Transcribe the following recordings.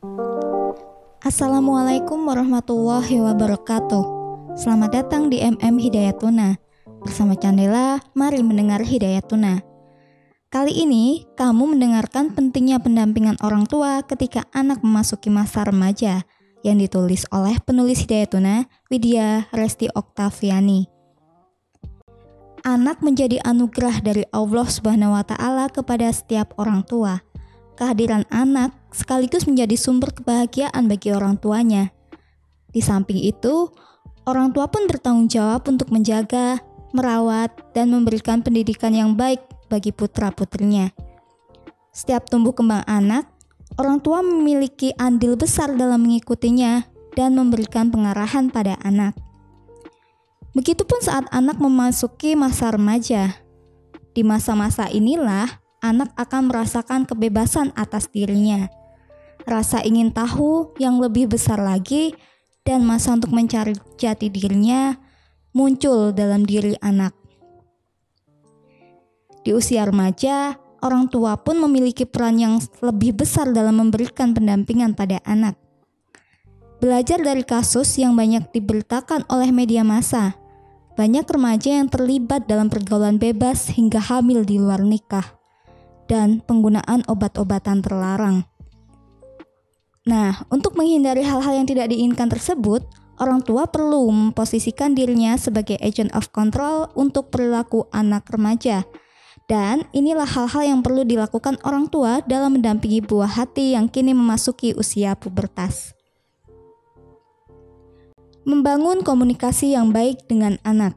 Assalamualaikum warahmatullahi wabarakatuh. Selamat datang di Hidayatuna. Bersama Candela, mari mendengar Hidayatuna. Kali ini, kamu mendengarkan pentingnya pendampingan orang tua ketika anak memasuki masa remaja yang ditulis oleh penulis Hidayatuna, Widya Resti Oktaviani. Anak menjadi anugerah dari Allah Subhanahu wa Ta'ala kepada setiap orang tua. Kehadiran anak sekaligus menjadi sumber kebahagiaan bagi orang tuanya. Di samping itu, orang tua pun bertanggung jawab untuk menjaga, merawat, dan memberikan pendidikan yang baik bagi putra-putrinya. Setiap tumbuh kembang anak, orang tua memiliki andil besar dalam mengikutinya dan memberikan pengarahan pada anak. Begitupun saat anak memasuki masa remaja. Di masa-masa inilah, anak akan merasakan kebebasan atas dirinya, rasa ingin tahu yang lebih besar lagi, dan masa untuk mencari jati dirinya muncul dalam diri anak. Di usia remaja, orang tua pun memiliki peran yang lebih besar dalam memberikan pendampingan pada anak. Belajar dari kasus yang banyak diberitakan oleh media massa, banyak remaja yang terlibat dalam pergaulan bebas hingga hamil di luar nikah, dan penggunaan obat-obatan terlarang. Nah, untuk menghindari hal-hal yang tidak diinginkan tersebut, orang tua perlu memposisikan dirinya sebagai agent of control untuk perilaku anak remaja. Dan inilah hal-hal yang perlu dilakukan orang tua dalam mendampingi buah hati yang kini memasuki usia pubertas. Membangun komunikasi yang baik dengan anak.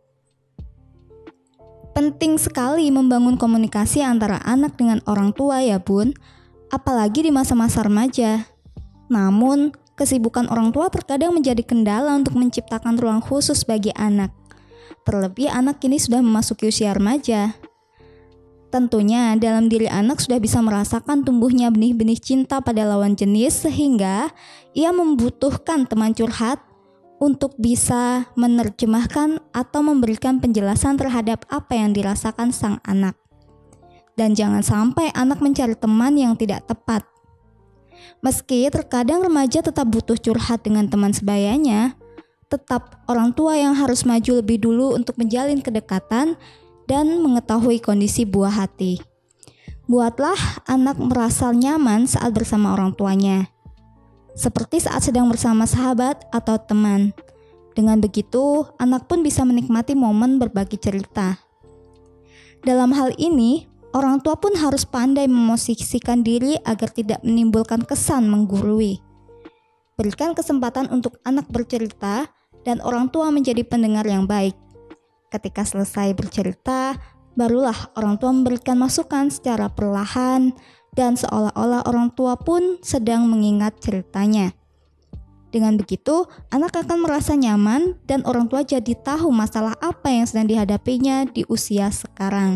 Penting sekali membangun komunikasi antara anak dengan orang tua ya bun, apalagi di masa-masa remaja. Namun, kesibukan orang tua terkadang menjadi kendala untuk menciptakan ruang khusus bagi anak. Terlebih anak kini sudah memasuki usia remaja. Tentunya dalam diri anak sudah bisa merasakan tumbuhnya benih-benih cinta pada lawan jenis sehingga ia membutuhkan teman curhat untuk bisa menerjemahkan atau memberikan penjelasan terhadap apa yang dirasakan sang anak. Dan jangan sampai anak mencari teman yang tidak tepat. Meski terkadang remaja tetap butuh curhat dengan teman sebayanya, tetap orang tua yang harus maju lebih dulu untuk menjalin kedekatan dan mengetahui kondisi buah hati. Buatlah anak merasa nyaman saat bersama orang tuanya, seperti saat sedang bersama sahabat atau teman. Dengan begitu, anak pun bisa menikmati momen berbagi cerita. Dalam hal ini, orang tua pun harus pandai memosisikan diri agar tidak menimbulkan kesan menggurui. Berikan kesempatan untuk anak bercerita dan orang tua menjadi pendengar yang baik. Ketika selesai bercerita, barulah orang tua memberikan masukan secara perlahan dan seolah-olah orang tua pun sedang mengingat ceritanya. Dengan begitu, anak akan merasa nyaman dan orang tua jadi tahu masalah apa yang sedang dihadapinya di usia sekarang.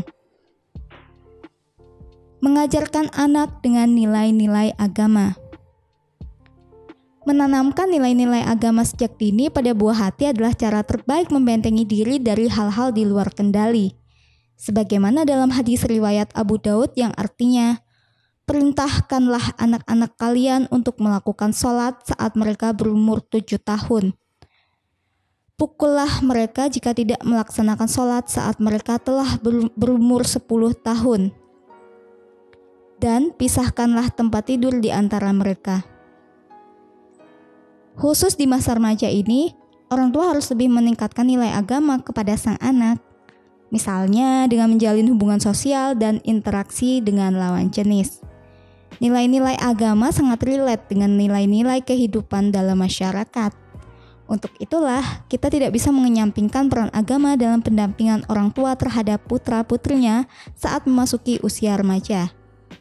Mengajarkan anak dengan nilai-nilai agama. Menanamkan nilai-nilai agama sejak dini pada buah hati adalah cara terbaik membentengi diri dari hal-hal di luar kendali. Sebagaimana dalam hadis riwayat Abu Daud yang artinya, perintahkanlah anak-anak kalian untuk melakukan sholat saat mereka berumur 7 tahun. Pukullah mereka jika tidak melaksanakan sholat saat mereka telah berumur 10 tahun. Dan pisahkanlah tempat tidur di antara mereka. Khusus di masa remaja ini, orang tua harus lebih meningkatkan nilai agama kepada sang anak. Misalnya dengan menjalin hubungan sosial dan interaksi dengan lawan jenis. Nilai-nilai agama sangat relate dengan nilai-nilai kehidupan dalam masyarakat. Untuk itulah, kita tidak bisa menyampingkan peran agama dalam pendampingan orang tua terhadap putra-putrinya saat memasuki usia remaja.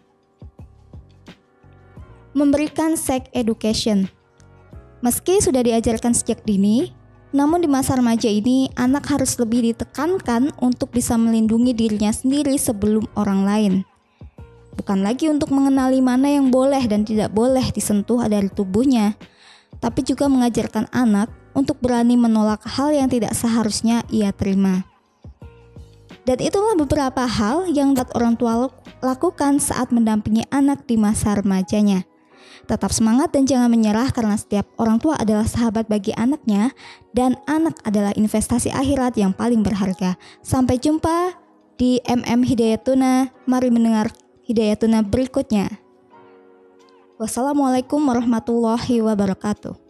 Memberikan sex education. Meski sudah diajarkan sejak dini, namun di masa remaja ini anak harus lebih ditekankan untuk bisa melindungi dirinya sendiri sebelum orang lain. Bukan lagi untuk mengenali mana yang boleh dan tidak boleh disentuh dari tubuhnya, tapi juga mengajarkan anak untuk berani menolak hal yang tidak seharusnya ia terima. Dan itulah beberapa hal yang dapat orang tua lakukan saat mendampingi anak di masa remajanya. Tetap semangat dan jangan menyerah karena setiap orang tua adalah sahabat bagi anaknya dan anak adalah investasi akhirat yang paling berharga. Sampai jumpa di Hidayatuna. Mari mendengar Hidayatuna berikutnya. Wassalamualaikum warahmatullahi wabarakatuh.